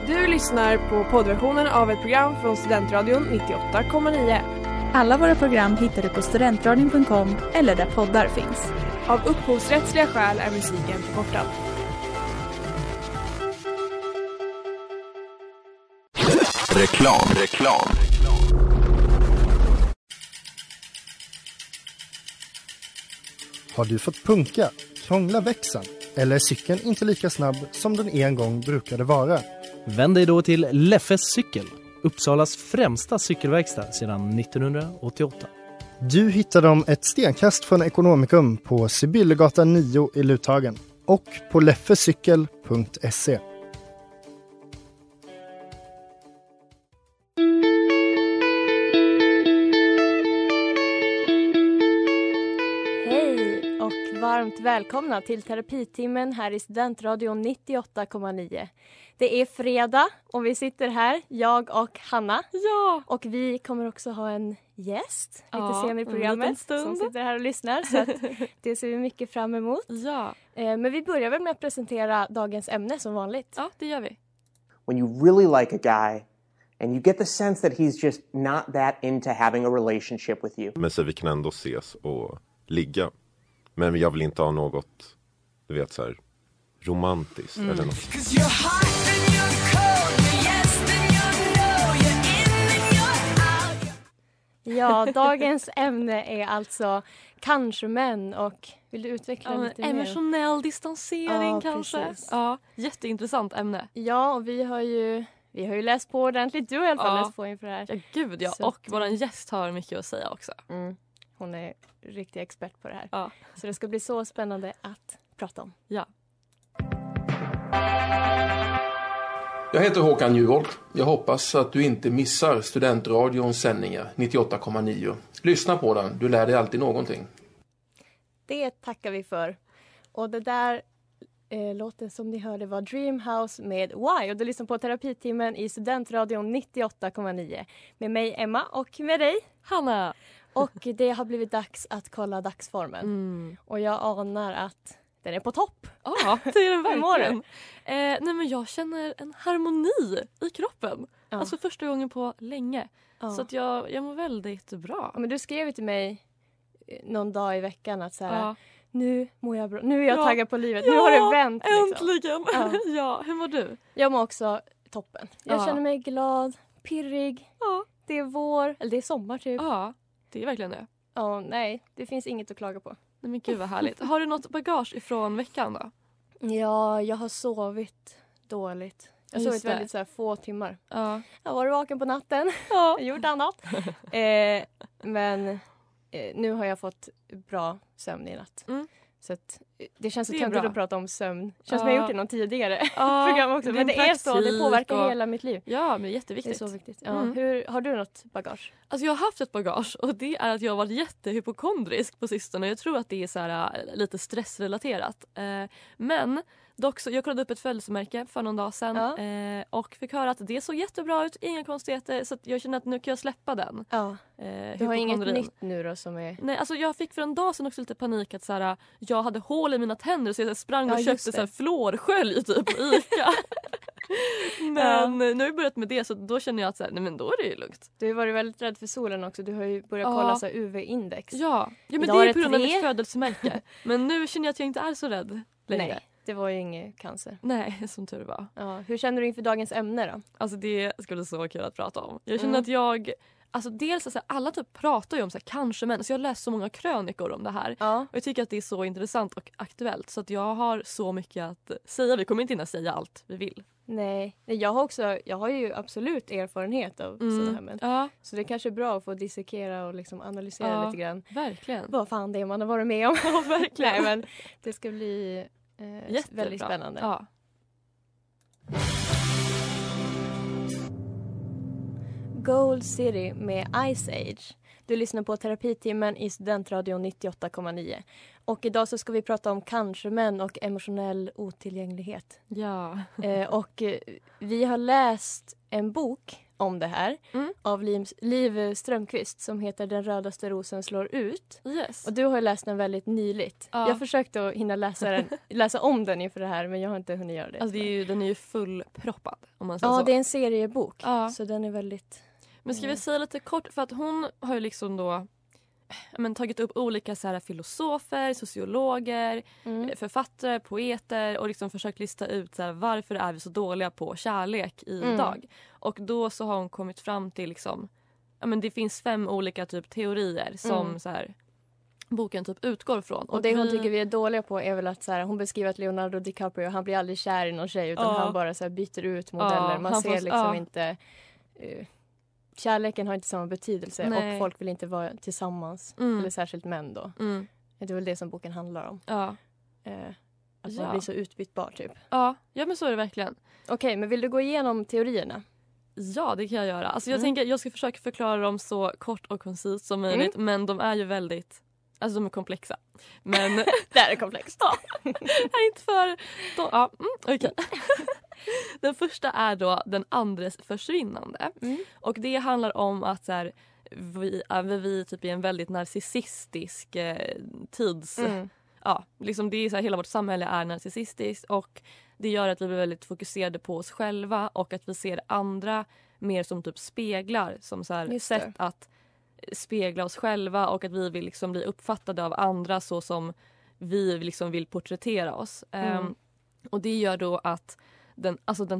Du lyssnar på poddversionen av ett program från Studentradion 98,9. Alla våra program hittar du på studentradion.com eller där poddar finns. Av upphovsrättsliga skäl är musiken förkortad. Reklam. Har du fått punka, krångla växeln eller är cykeln inte lika snabb som den en gång brukade vara? Vänd dig då till Leffes cykel, Uppsalas främsta cykelverkstad sedan 1988. Du hittar dem ett stenkast från Ekonomikum på Sibyllegatan 9 i Luthagen och på leffecykel.se. Hej och varmt välkomna till terapitimmen här i Studentradion 98,9. Det är fredag och vi sitter här, jag och Hanna. Ja! Och vi kommer också ha en gäst lite sen i programmet som sitter här och lyssnar. Så att det ser vi mycket fram emot. Ja. Men vi börjar väl med att presentera dagens ämne som vanligt. Ja, det gör vi. When you really like a guy and you get the sense that he's just not that into having a relationship with you. Men så vi kan ändå ses och ligga. Men jag vill inte ha något, du vet, så här romantiskt eller något. Ja, dagens ämne är alltså kanske män och vill du utveckla lite mer? Emotionell distansering Ja, kanske. precis. Ja, jätteintressant ämne. Ja, och vi har ju läst på ordentligt. Du har i alla fall läst på inför det här. Ja, gud ja. Så och att, våran gäst har mycket att säga också. Hon är riktig expert på det här. Ja. Så det ska bli så spännande att prata om. Ja. Jag heter Håkan Juholt. Jag hoppas att du inte missar Studentradions sändningar 98,9. Lyssna på den, du lär dig alltid någonting. Det tackar vi för. Och det där låten som ni hörde var Dreamhouse med Why. Och du lyssnar på terapitimmen i Studentradion 98,9. Med mig Emma och med dig Hanna. Och det har blivit dags att kolla dagsformen. Och jag anar att den är på topp. Ja, det är den Hur mår verkligen. Nej, men jag känner en harmoni i kroppen. Ja. Alltså första gången på länge. Ja. Så att jag mår väldigt bra. Ja, men du skrev ju till mig någon dag i veckan att så här, Ja. nu mår jag bra. Nu är jag Ja. taggad på livet. Ja, Nu har det vänt. Liksom. Äntligen! Ja. Ja, hur mår du? Jag mår också toppen. Jag Ja. känner mig glad, pirrig. Ja. Det är vår, eller det är sommar typ. Ja, det är verkligen det. Ja, nej, det finns inget att klaga på. Nej, men gud vad härligt. Har du något bagage ifrån veckan då? Ja, jag har sovit dåligt. Jag har Just sovit det. väldigt så här, få timmar. Ja. Jag har varit vaken på natten. Ja. Gjort annat. Men nu har jag fått bra sömn i natt. Så att, det känns så Det är töntigt bra. att prata om sömn. Känns som jag gjort det någon tidigare program också. din Men det är så, det praktik påverkar och- hela mitt liv. Ja, men Det är jätteviktigt. så viktigt. Ja. Mm. Har du något bagage? Alltså jag har haft ett bagage och det är att jag har varit jättehypokondrisk på sistone. Jag tror att det är så här, lite stressrelaterat. Men dock så, jag kollade upp ett födelsemärke för någon dag sedan och fick höra att det såg jättebra ut, inga konstigheter, så att jag känner att nu kan jag släppa den. Ja. Du har inget hypokondrin. nytt nu då som är... Nej, alltså jag fick för en dag sedan också lite panik att så här, jag hade hål i mina tänder så jag sprang och Ja, köpte just så det. här flårskölj typ på Ica. Men nu har jag börjat med det så då känner jag att så här, nej men då är det ju lugnt. Du har varit väldigt rädd för solen också. Du har ju börjat Ja. kolla så här UV-index. Ja men Idag det är är på grund av 3. mitt födelsemärke. Men nu känner jag att jag inte är så rädd längre. Nej, det var ju inget cancer. Nej, som tur var. Ja. Hur känner du inför dagens ämne då? Alltså det ska bli så kul att prata om. Jag känner att jag... Alltså dels alltså, alla typ pratar ju om så här, kanske män. Så jag har läst så många krönikor om det här. Ja. Och jag tycker att det är så intressant och aktuellt. Så att jag har så mycket att säga. Vi kommer inte hinna säga allt vi vill. Nej, jag har ju absolut erfarenhet av sådana här män. Ja, Så det kanske är bra att få dissekera och liksom analysera lite grann. verkligen. Vad fan det är man har varit med om. Ja, verkligen. Nej, men det ska bli Jättebra. väldigt spännande. Ja. Gold City med Ice Age. Du lyssnar på terapitimmen i Studentradion 98,9. Och idag så ska vi prata om kanske män och emotionell otillgänglighet. Ja. Och vi har läst en bok om det här av Liv Strömquist som heter Den rödaste rosen slår ut. Yes. Och du har ju läst den väldigt nyligt. Ja. Jag försökte att hinna läsa om den inför det här, men jag har inte hunnit göra det. Alltså den är ju fullproppad om man säger så. Ja, det är en seriebok. Ja. Så den är väldigt... Men ska vi säga lite kort, för att hon har ju liksom då tagit upp olika så här filosofer, sociologer, författare, poeter och liksom försökt lista ut så här, varför är vi så dåliga på kärlek idag. Och då så har hon kommit fram till liksom, det finns 5 olika typ teorier som så här, boken typ utgår från. Och det hon tycker vi är dåliga på är väl att så här, hon beskriver att Leonardo DiCaprio, han blir aldrig kär i någon tjej utan han bara så här, byter ut modeller. Man ser liksom inte... kärleken har inte samma betydelse. Nej. Och folk vill inte vara tillsammans. Eller särskilt män då. Det är väl det som boken handlar om. Ja. Att man blir så utbytbar typ. Ja, men så är det verkligen. Okej, men vill du gå igenom teorierna? Ja, det kan jag göra. Alltså jag tänker jag ska försöka förklara dem så kort och koncist som möjligt. Men de är ju väldigt... Alltså de är komplexa. Men det här är komplext. Ja. är inte för... Okej. Den första är då den andres försvinnande. Och det handlar om att så här, vi typ är en väldigt narcissistisk tids... Ja, liksom det är så här, hela vårt samhälle är narcissistiskt och det gör att vi blir väldigt fokuserade på oss själva och att vi ser andra mer som typ speglar, som så här sätt att spegla oss själva och att vi vill liksom bli uppfattade av andra så som vi liksom vill porträttera oss. Och det gör då att den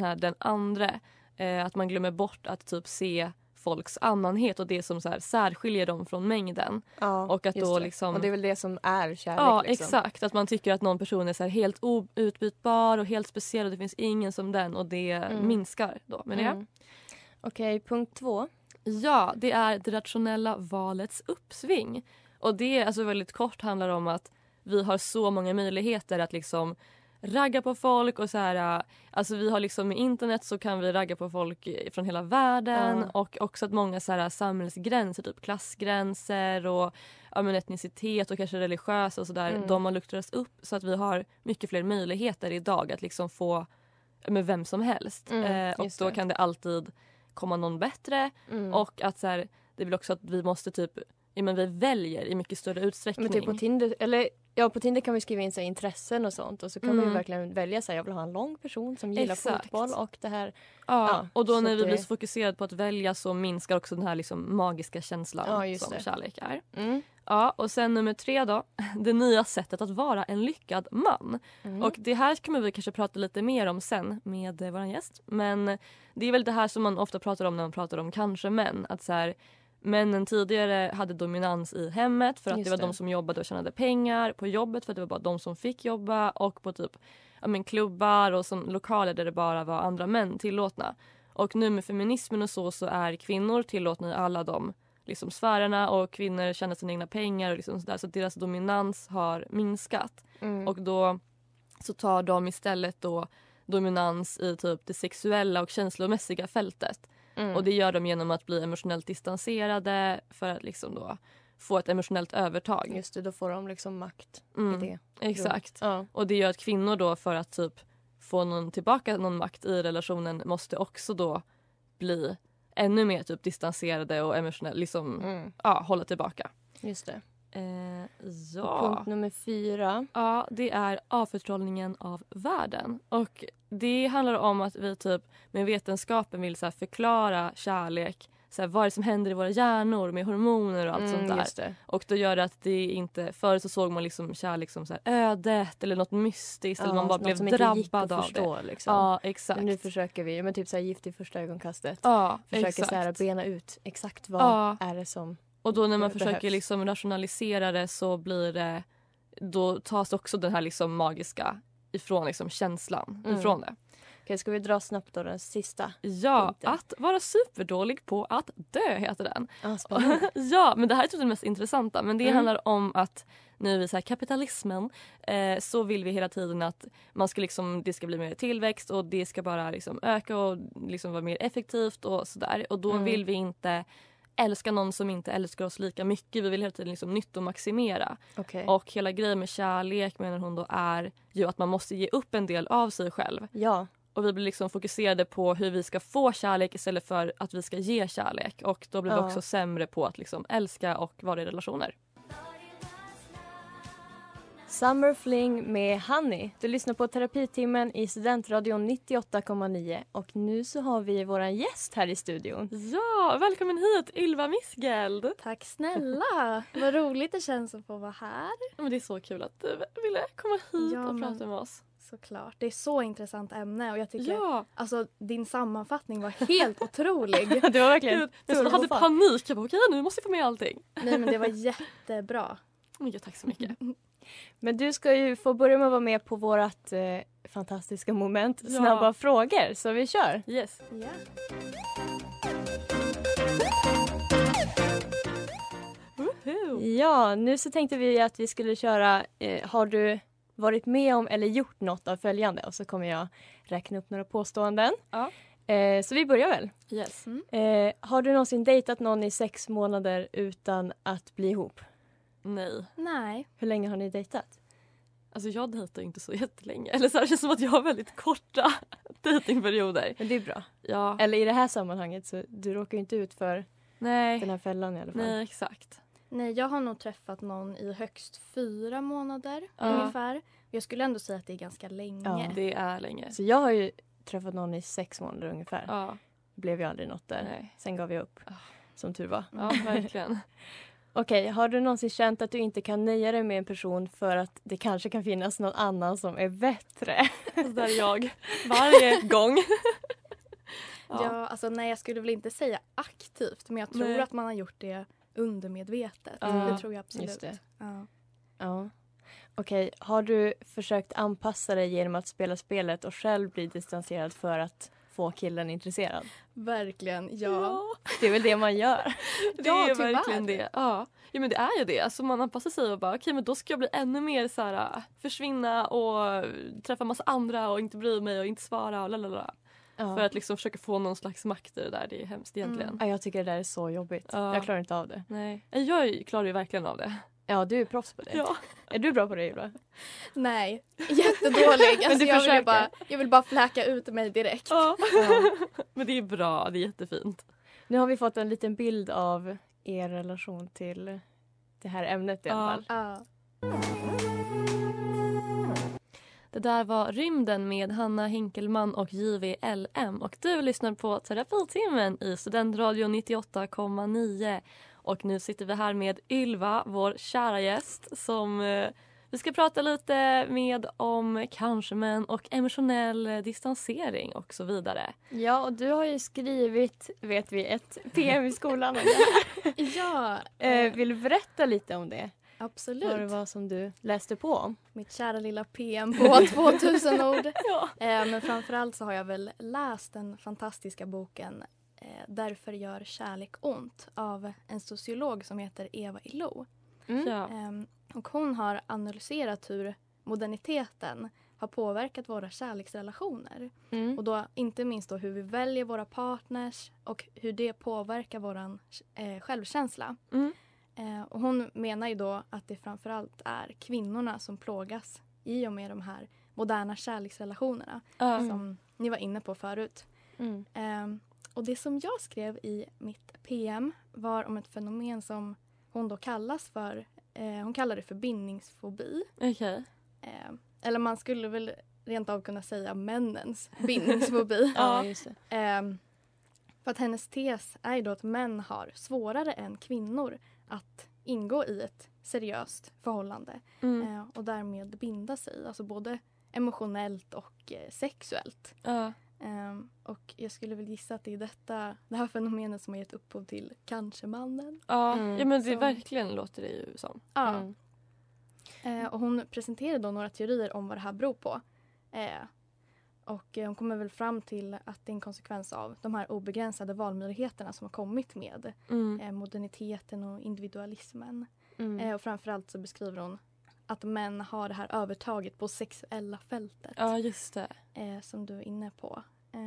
andra, att man glömmer bort att typ se folks annanhet och det som så här särskiljer dem från mängden. Ja, och att då liksom, och det är väl det som är kärlek. Ja, liksom. Exakt. Att man tycker att någon person är så här helt outbytbar och helt speciell och det finns ingen som den och det minskar då med det. Okej, punkt 2. Ja, det är det rationella valets uppsving. Och det alltså väldigt kort handlar om att vi har så många möjligheter att liksom ragga på folk och så här, alltså vi har liksom med internet så kan vi ragga på folk från hela världen och också att många så här samhällsgränser, typ klassgränser och etnicitet och kanske religiösa och sådär, de har luktrats upp så att vi har mycket fler möjligheter idag att liksom få med vem som helst. Och då kan det alltid komma någon bättre och att så här, det är väl också att vi måste typ vi väljer i mycket större utsträckning. Men typ på Tinder, eller på Tinder kan vi skriva in sig intressen och sånt och så kan man ju verkligen välja sig. Jag vill ha en lång person som gillar fotboll och det här. Ja, och då när vi blir så fokuserade på att välja så minskar också den här liksom magiska känslan som kärlek är. Ja, och sen nummer 3 då, det nya sättet att vara en lyckad man. Och det här kommer vi kanske prata lite mer om sen med vår gäst. Men det är väl det här som man ofta pratar om när man pratar om kanske män. Att så här, männen tidigare hade dominans i hemmet för att det var de som jobbade och tjänade pengar, på jobbet för att det var bara de som fick jobba och på typ klubbar och som lokaler där det bara var andra män tillåtna. Och nu med feminismen och så är kvinnor tillåtna i alla de liksom sfärerna och kvinnor tjänar sina egna pengar och liksom sådär, så att deras dominans har minskat. Och då så tar de istället då dominans i typ det sexuella och känslomässiga fältet. Och det gör de genom att bli emotionellt distanserade för att liksom då få ett emotionellt övertag. Just det, då får de liksom makt i det. Exakt. Och det gör att kvinnor då för att typ få tillbaka någon makt i relationen måste också då bli ännu mer typ distanserade och emotionellt liksom hålla tillbaka. Just det. Punkt nummer 4. Ja, det är avförtrollningen av världen. Och det handlar om att vi typ med vetenskapen vill så här förklara kärlek. Så här, vad är det som händer i våra hjärnor med hormoner och allt sånt där. Just det. Och då gör det att det inte... Förr så såg man liksom kärlek som så här ödet eller något mystiskt. Eller man bara blev drabbad av förstå, det. Liksom. Ja, exakt. Men nu försöker vi, typ så här gift i första ögonkastet. Ja, försöker exakt. så här bena ut exakt vad är det som... Och då när man försöker liksom rationalisera det så blir det... Då tas också den här liksom magiska ifrån liksom känslan ifrån det. Okej, ska vi dra snabbt då den sista? Ja, punkten? att vara superdålig på att dö heter den. Spännande. Ja, men det här är typ det mest intressanta. Men det handlar om att nu i så här kapitalismen så vill vi hela tiden att man ska liksom, det ska bli mer tillväxt och det ska bara liksom öka och liksom vara mer effektivt och sådär. Och då vill vi inte älska någon som inte älskar oss lika mycket. Vi vill hela tiden liksom nyttomaximera. Okay. Och hela grejen med kärlek menar hon då är ju att man måste ge upp en del av sig själv. Ja. Och vi blir liksom fokuserade på hur vi ska få kärlek istället för att vi ska ge kärlek. Och då blir vi också sämre på att liksom älska och vara i relationer. Summer Fling med Honey. Du lyssnar på Terapitimmen i Studentradion 98,9. Och nu så har vi våran gäst här i studion. Ja, välkommen hit Ylva Misgeld. Tack snälla. Vad roligt det känns att få vara här. Men det är så kul att du ville komma hit och prata med oss. Såklart. Det är så intressant ämne och jag tycker alltså din sammanfattning var helt otrolig. Det var verkligen. Jag hade panik. Jag bara okej, nu måste jag få med allting. Nej men det var jättebra. Ja, tack så mycket. Men du ska ju få börja med att vara med på vårat fantastiska moment. Snabba frågor. Så vi kör. Yes. Ja. Ja, nu så tänkte vi att vi skulle köra har du varit med om eller gjort något av följande? Och så kommer jag räkna upp några påståenden. Ja. Så vi börjar väl. Yes. Har du någonsin dejtat någon i 6 månader utan att bli ihop? Nej. Hur länge har ni dejtat? Alltså jag dejtar inte så jättelänge. Eller så här, det känns som att jag har väldigt korta dejtingperioder. Men det är bra. Ja. Eller i det här sammanhanget så du råkar ju inte ut för den här fällan i alla fall. Nej, exakt. Nej, jag har nog träffat någon i högst 4 månader ungefär. Jag skulle ändå säga att det är ganska länge. Ja, det är länge. Så jag har ju träffat någon i 6 månader ungefär. Ja. Blev ju aldrig något där. Nej. Sen gav jag upp. Som tur var. Ja, verkligen. Okej, har du någonsin känt att du inte kan nöja dig med en person för att det kanske kan finnas någon annan som är bättre? Så där är jag. Varje gång. Ja, alltså nej, jag skulle väl inte säga aktivt. Men jag tror att man har gjort det undermedvetet. Det tror jag absolut. Just det. Ja. Okej, har du försökt anpassa dig genom att spela spelet och själv bli distanserad för att få killen intresserad? Verkligen, ja. Det är väl det man gör. Det är verkligen det. Ja, men det är ju det. Alltså man anpassar sig och bara okej, men då ska jag bli ännu mer så här försvinna och träffa massa andra och inte bry mig och inte svara och lalala. För att liksom försöka få någon slags makt i det där. Det är hemskt egentligen. Jag tycker det där är så jobbigt. Jag klarar inte av det. Nej, jag klarar ju verkligen av det. Ja, du är proffs på det. Ja. Är du bra på det, Ylva? Nej, jättedålig. Alltså, jag vill bara fläka ut mig direkt. Ja. Men det är bra, det är jättefint. Nu har vi fått en liten bild av er relation till det här ämnet i alla fall. Ja. Det där var Rymden med Hanna Hinkelman och JVLM. Och du lyssnar på Terapitimmen i Studentradion 98,9. Och nu sitter vi här med Ylva, vår kära gäst, som vi ska prata lite med om kanske män och emotionell distansering och så vidare. Ja, och du har ju skrivit, vet vi, ett PM i skolan om det här. Ja. Vill du berätta lite om det? Absolut. Vad det var som du läste på om? Mitt kära lilla PM på 2000 ord. Men framförallt så har jag väl läst den fantastiska boken Därför gör kärlek ont av en sociolog som heter Eva Illow. Och hon har analyserat hur moderniteten har påverkat våra kärleksrelationer. Och då inte minst då hur vi väljer våra partners och hur det påverkar våran självkänsla. Och hon menar ju då att det framförallt är kvinnorna som plågas i och med de här moderna kärleksrelationerna som ni var inne på förut. Och det som jag skrev i mitt PM var om ett fenomen som hon då kallas för, hon kallar det för bindningsfobi. Eller man skulle väl rent av kunna säga männens bindningsfobi. Ja, just det. För att hennes tes är ju då att män har svårare än kvinnor att ingå i ett seriöst förhållande. Och därmed binda sig, alltså både emotionellt och sexuellt. Och jag skulle väl gissa att det är det här fenomenet som har gett upphov till kanske mannen. Ja, men det verkligen låter det ju som. Och hon presenterade då några teorier om vad det här beror på. Och hon kommer väl fram till att det är en konsekvens av de här obegränsade valmöjligheterna som har kommit med moderniteten och individualismen. Och framförallt så beskriver hon att män har det här övertaget på sexuella fältet. Ja, just det. Som du är inne på.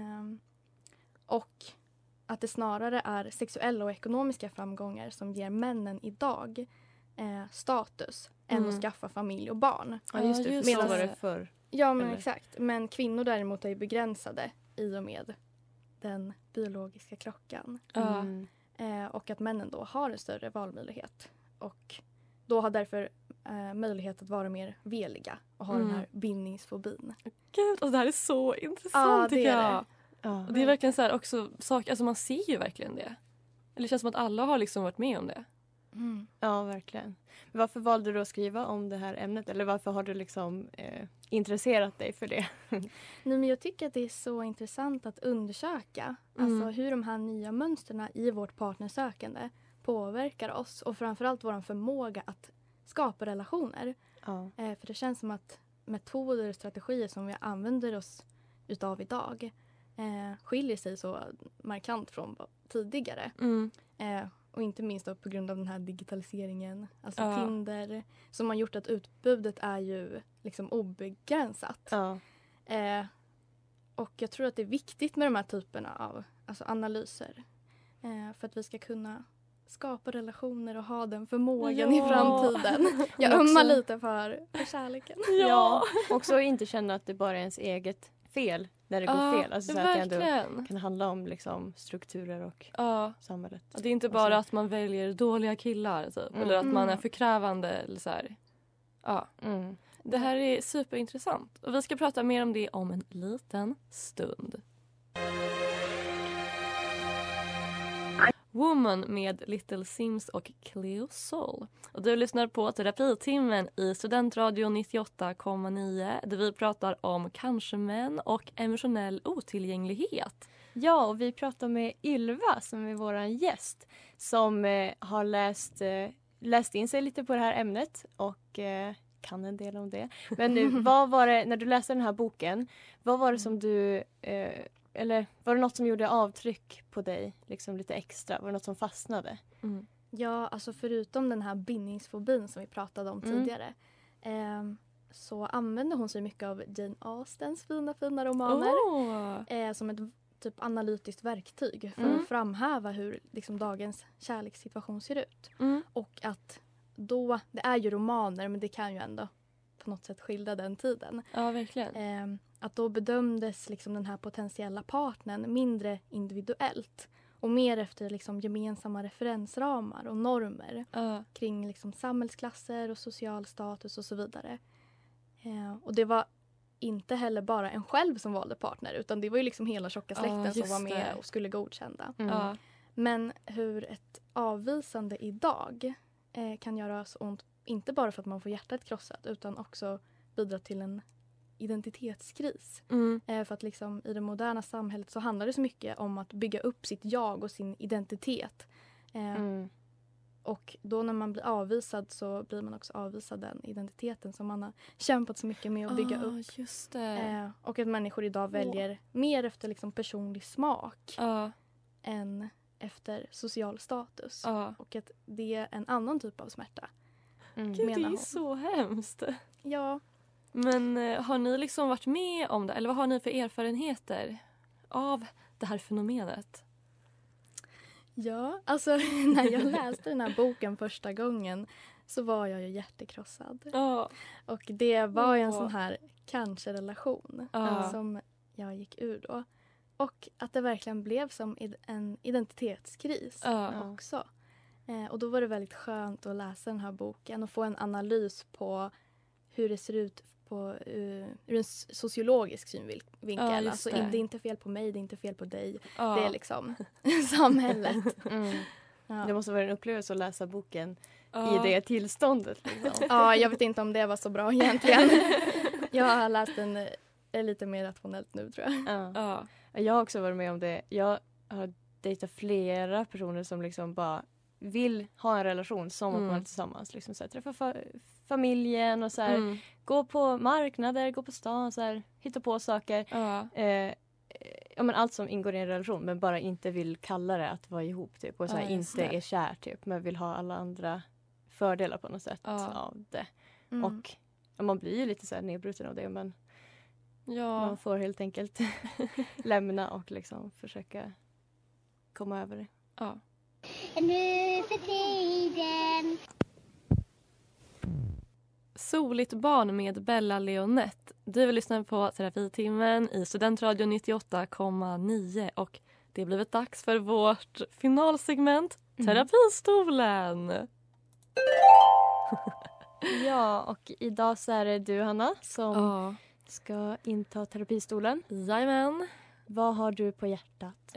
Och att det snarare är sexuella och ekonomiska framgångar som ger männen idag status än att skaffa familj och barn. Ja, just det. Så var det förr. Ja, men Eller? exakt. Men kvinnor däremot är ju begränsade i och med den biologiska klockan. Mm. Och att männen då har en större valmöjlighet. Och då har därför möjlighet att vara mer veliga och ha den här bindningsfobin. Gud, och det här är så intressant tycker jag. Ja. Och det är verkligen så här också saker, alltså man ser ju verkligen det. Eller det känns som att alla har liksom varit med om det. Ja, verkligen. Men varför valde du att skriva om det här ämnet? Eller varför har du liksom intresserat dig för det? Nej, men jag tycker att det är så intressant att undersöka alltså hur de här nya mönsterna i vårt partnersökande påverkar oss och framförallt vår förmåga att skapa relationer. Ja. För det känns som att metoder och strategier som vi använder oss utav idag skiljer sig så markant från tidigare. Och inte minst då på grund av den här digitaliseringen, alltså Tinder, som har gjort att utbudet är ju liksom obegränsat. Ja. Och jag tror att det är viktigt med de här typerna av analyser. För att vi ska kunna skapa relationer och ha den förmågan i framtiden. Jag ömmar lite för kärleken. Ja, också inte känna att det bara är ens eget fel när det går fel. Alltså så att det ändå kan handla om liksom strukturer och samhället. Det är inte bara att man väljer dåliga killar typ, eller att man är för krävande eller så här. Ja. Det här är superintressant och vi ska prata mer om det om en liten stund. Woman med Little Sims och Cleo Soul. Och du lyssnar på Terapitimmen i Studentradion 98,9 där vi pratar om kanske män och emotionell otillgänglighet. Ja, och vi pratar med Ylva som är våran gäst som har läst in sig lite på det här ämnet och kan en del om det. Men nu, vad var det, när du läste den här boken, vad var det som du... eller var det något som gjorde avtryck på dig liksom lite extra? Var det något som fastnade? Ja, alltså förutom den här bindningsfobin som vi pratade om tidigare så använde hon sig mycket av Jane Austens fina romaner som ett typ analytiskt verktyg för att framhäva hur liksom dagens kärlekssituation ser ut. Och att då, det är ju romaner men det kan ju ändå på något sätt skildra den tiden. Ja, verkligen. Att då bedömdes liksom den här potentiella partnern mindre individuellt och mer efter liksom gemensamma referensramar och normer kring liksom samhällsklasser och social status och så vidare. Och det var inte heller bara en själv som valde partner utan det var ju liksom hela tjocka släkten som var med och skulle godkända. Men hur ett avvisande idag kan göra så ont, inte bara för att man får hjärtat krossat utan också bidra till en identitetskris. För att liksom i det moderna samhället så handlar det så mycket om att bygga upp sitt jag och sin identitet. Och då när man blir avvisad så blir man också avvisad den identiteten som man har kämpat så mycket med att bygga upp. Just det. Och att människor idag väljer mer efter liksom personlig smak än efter social status. Och att det är en annan typ av smärta. Gud, det är så hemskt. Ja. Men har ni liksom varit med om det? Eller vad har ni för erfarenheter av det här fenomenet? Ja, alltså när jag läste den här boken första gången så var jag ju hjärtekrossad. Och det var ju en sån här kanske-relation som jag gick ur då. Och att det verkligen blev som en identitetskris också. Och då var det väldigt skönt att läsa den här boken och få en analys på hur det ser ut ur en sociologisk synvinkel. Alltså det är inte fel på mig, det är inte fel på dig. Det är liksom samhället. Det måste vara en upplevelse att läsa boken i det tillståndet. Liksom. Ja, jag vet inte om det var så bra egentligen. Jag har läst den lite mer rationellt nu tror jag. Jag har också varit med om det. Jag har dejtat flera personer som liksom bara vill ha en relation som att man är tillsammans. Liksom så här, träffa familjen och så här, gå på marknader, gå på stan, så här, hitta på saker. Ja, men allt som ingår i en relation men bara inte vill kalla det att vara ihop typ. Och så här, inte är kär typ men vill ha alla andra fördelar på något sätt av det. Och man blir ju lite så här nedbruten av det men man får helt enkelt lämna och liksom försöka komma över det. Nu för tiden. Soligt barn med Bella Leonette. Du vill lyssna på Terapitimmen i Studentradion 98,9 och det har blivit dags för vårt finalsegment Terapistolen. Ja, och idag så är det du, Hanna, som ska inta terapistolen. Jajamän. Vad har du på hjärtat?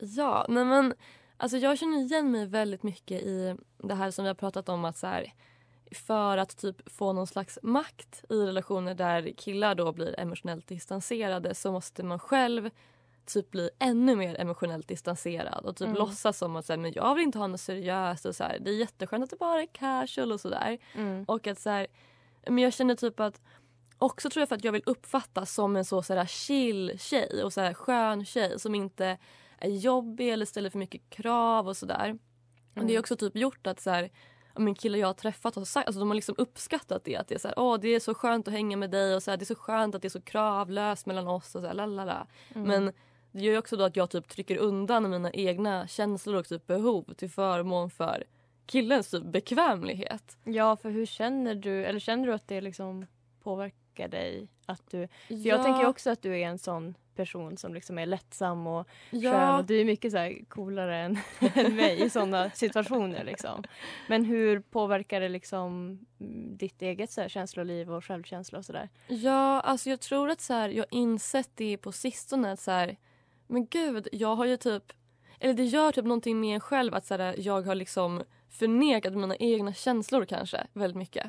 Alltså jag känner igen mig väldigt mycket i det här som vi har pratat om, att så här, för att typ få någon slags makt i relationer där killar då blir emotionellt distanserade, så måste man själv typ bli ännu mer emotionellt distanserad och typ låtsas som att så här, men jag vill inte ha något seriöst och så här, det är jätteskönt att det bara är casual och sådär. Och att så här, men jag känner typ att också, tror jag, för att jag vill uppfattas som en så här chill tjej och så här skön tjej som inte är jobbig eller ställer för mycket krav och sådär. Och det är också typ gjort att så här, min killar jag har träffat har sagt, alltså de har liksom uppskattat det, att det är så här, det är så skönt att hänga med dig och så här, det är så skönt att det är så kravlöst mellan oss och så här, lalala. Men det gör ju också då att jag typ trycker undan mina egna känslor och typ behov till förmån för killens typ bekvämlighet. Ja, för hur känner du att det liksom påverkar dig? Att du, för jag tänker också att du är en sån person som liksom är lättsam och skön, och du är mycket så här coolare än mig i såna situationer liksom. Men hur påverkar det liksom ditt eget så här känsloliv och självkänsla och sådär? Ja, alltså jag tror att så här, jag insett det på sistone att så här, men gud, jag har ju typ, eller det gör typ någonting med en själv att så här, jag har liksom förnekat mina egna känslor kanske väldigt mycket.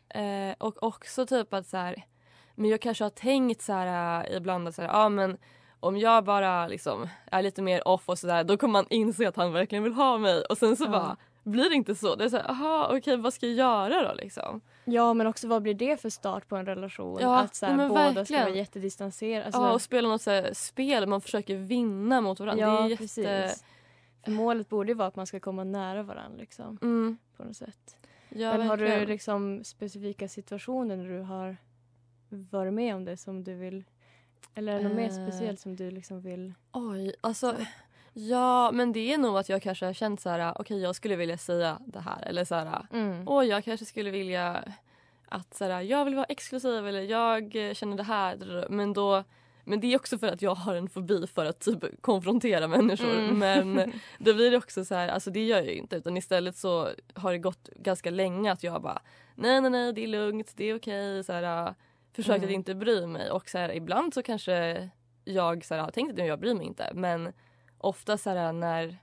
Och också typ att så här, men jag kanske har tänkt så här ibland att så här, men om jag bara liksom är lite mer off och sådär, då kommer man inse att han verkligen vill ha mig. Och sen så bara blir det inte så. Det är så här, okej, vad ska jag göra då liksom? Ja, men också vad blir det för start på en relation? Ja, att så här, båda ska vara jättedistanserade. Alltså, och spela något så här spel, man försöker vinna mot varandra. Ja, det är precis. För målet borde ju vara att man ska komma nära varandra liksom, på något sätt. Ja, men har du liksom specifika situationer när du har varit med om det som du vill, eller är det något mer speciellt som du liksom vill? Oj, alltså ja, men det är nog att jag kanske har känt så här, okej, jag skulle vilja säga det här, eller så här, jag kanske skulle vilja att så här, jag vill vara exklusiv, eller jag känner det här, men det är också för att jag har en fobi för att typ konfrontera människor. Men då blir det också så här, alltså det gör jag ju inte, utan istället så har det gått ganska länge att jag bara nej, det är lugnt, det är okej, så här, försökt att inte bry mig. Och så här, ibland så kanske jag så här, har tänkt att jag bryr mig inte, men ofta så här,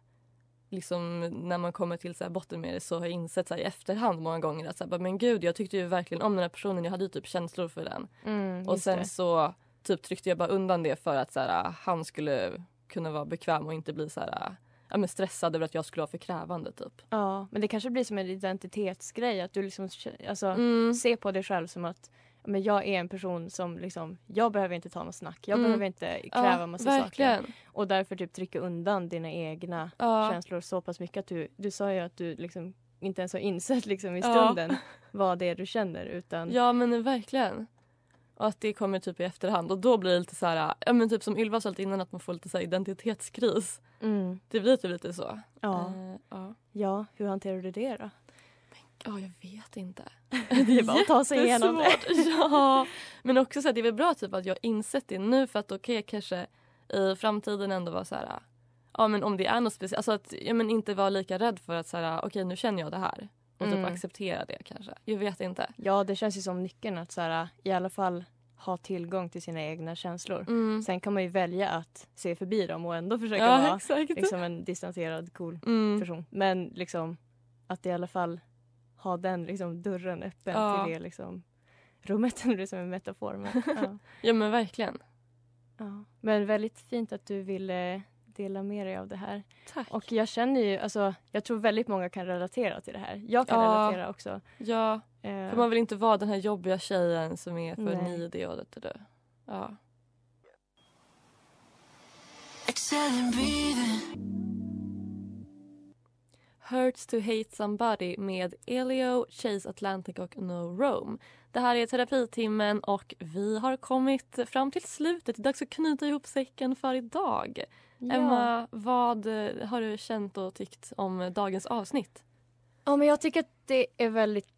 när man kommer till så här, botten med det, så har jag insett så här, i efterhand många gånger att så här, men gud, jag tyckte ju verkligen om den här personen, jag hade ju typ känslor för den. Och sen så typ tryckte jag bara undan det för att så här, han skulle kunna vara bekväm och inte bli så här, men stressad över att jag skulle vara för krävande typ. Ja, men det kanske blir som en identitetsgrej, att du liksom ser på dig själv som att men jag är en person som liksom, jag behöver inte ta något snack. Jag behöver inte kräva massa saker. Och därför typ trycka undan dina egna känslor så pass mycket att du sa ju att du liksom inte ens har insett liksom i stunden vad det är du känner, utan... Ja, men verkligen. Och att det kommer typ i efterhand. Och då blir det lite så här, men typ som Ylva sa lite innan, att man får lite så här identitetskris. Det blir typ lite så. Ja, hur hanterar du det då? Jag vet inte. Det är bara att ta sig igenom det. Ja, men också så att det är väl bra typ att jag insett det nu, för att kanske i framtiden ändå vara så här, men om det är något speciellt, alltså att inte vara lika rädd för att så här, okej, nu känner jag det här och typ acceptera det kanske. Jag vet inte. Ja, det känns ju som nyckeln att så här, i alla fall ha tillgång till sina egna känslor. Sen kan man ju välja att se förbi dem och ändå försöka vara liksom en distanserad cool person. Men liksom att i alla fall ha den liksom dörren öppen till det liksom rummet, det är som en metafor. Men, ja, men verkligen. Ja. Men väldigt fint att du ville dela med dig av det här. Tack. Och jag känner ju, alltså, jag tror väldigt många kan relatera till det här. Jag kan relatera också. Ja, för man vill inte vara den här jobbiga tjejen som är för nidig och det. Ja. Hurts to hate somebody med Elio, Chase Atlantic och No Rome. Det här är Terapitimmen och vi har kommit fram till slutet. Det är dags att knyta ihop säcken för idag. Ja. Emma, vad har du känt och tyckt om dagens avsnitt? Ja, men jag tycker att det är väldigt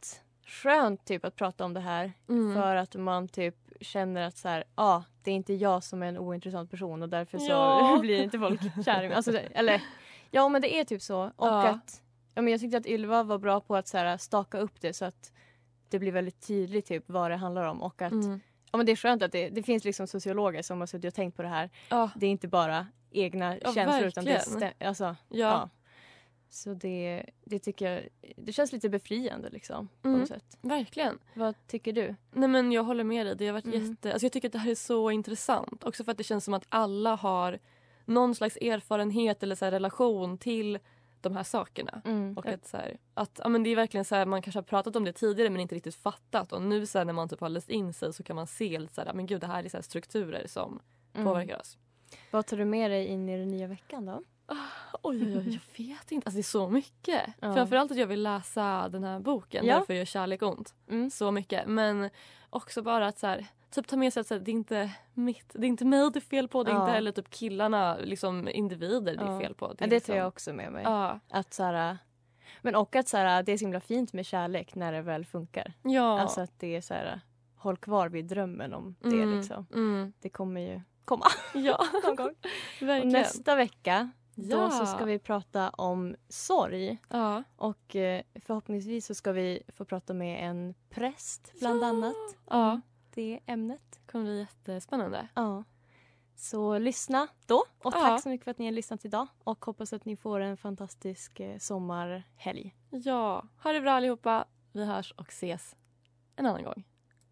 skönt typ att prata om det här. För att man typ känner att så här, det är inte jag som är en ointressant person och därför så blir inte folk kär i mig. Alltså, eller, ja, men det är typ så. Och att, men jag tyckte att Ylva var bra på att så här, staka upp det så att det blir väldigt tydligt typ vad det handlar om. Och att men det är skönt att det finns liksom sociologer som har suttit och tänkt på det här. Det är inte bara egna känslor verkligen. utan det alltså, Så det tycker jag, det känns lite befriande liksom på något sätt. Verkligen. Vad tycker du? Nej, men jag håller med dig. Det har varit alltså jag tycker att det här är så intressant. Också för att det känns som att alla har någon slags erfarenhet eller så här relation till de här sakerna. Och att, så här, att men det är verkligen så här, man kanske har pratat om det tidigare men inte riktigt fattat. Och nu så här, när man typ har läst in sig så kan man se lite så här, men gud, det här är så här strukturer som påverkar oss. Vad tar du med dig in i den nya veckan då? Oj, jag vet inte. Alltså det är så mycket. Framförallt att jag vill läsa den här boken. Därför gör kärlek ont. Så mycket. Men också bara att så här, typ ta med sig att så här, det är inte mig det är fel på. Det är inte heller typ killarna, liksom individer det är fel på. Det tar jag också med mig. Att så här, men och att så här, det är så himla fint med kärlek när det väl funkar. Alltså att det är så här, håll kvar vid drömmen om det liksom. Det kommer ju komma. Någon gång. Verkligen. Nästa vecka då så ska vi prata om sorg. Och förhoppningsvis så ska vi få prata med en präst bland annat. Det ämnet. Det kommer bli jättespännande. Så lyssna då. Och tack så mycket för att ni har lyssnat idag. Och hoppas att ni får en fantastisk sommarhelg. Ja, ha det bra allihopa. Vi hörs och ses en annan gång.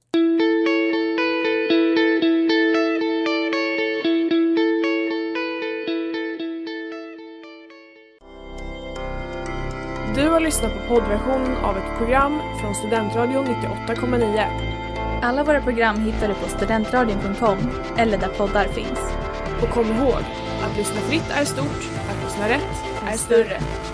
Du har lyssnat på poddversionen av ett program från Studentradion 98,9. Alla våra program hittar du på studentradion.com eller där poddar finns. Och kom ihåg, att lyssna fritt är stort, att lyssna rätt är större.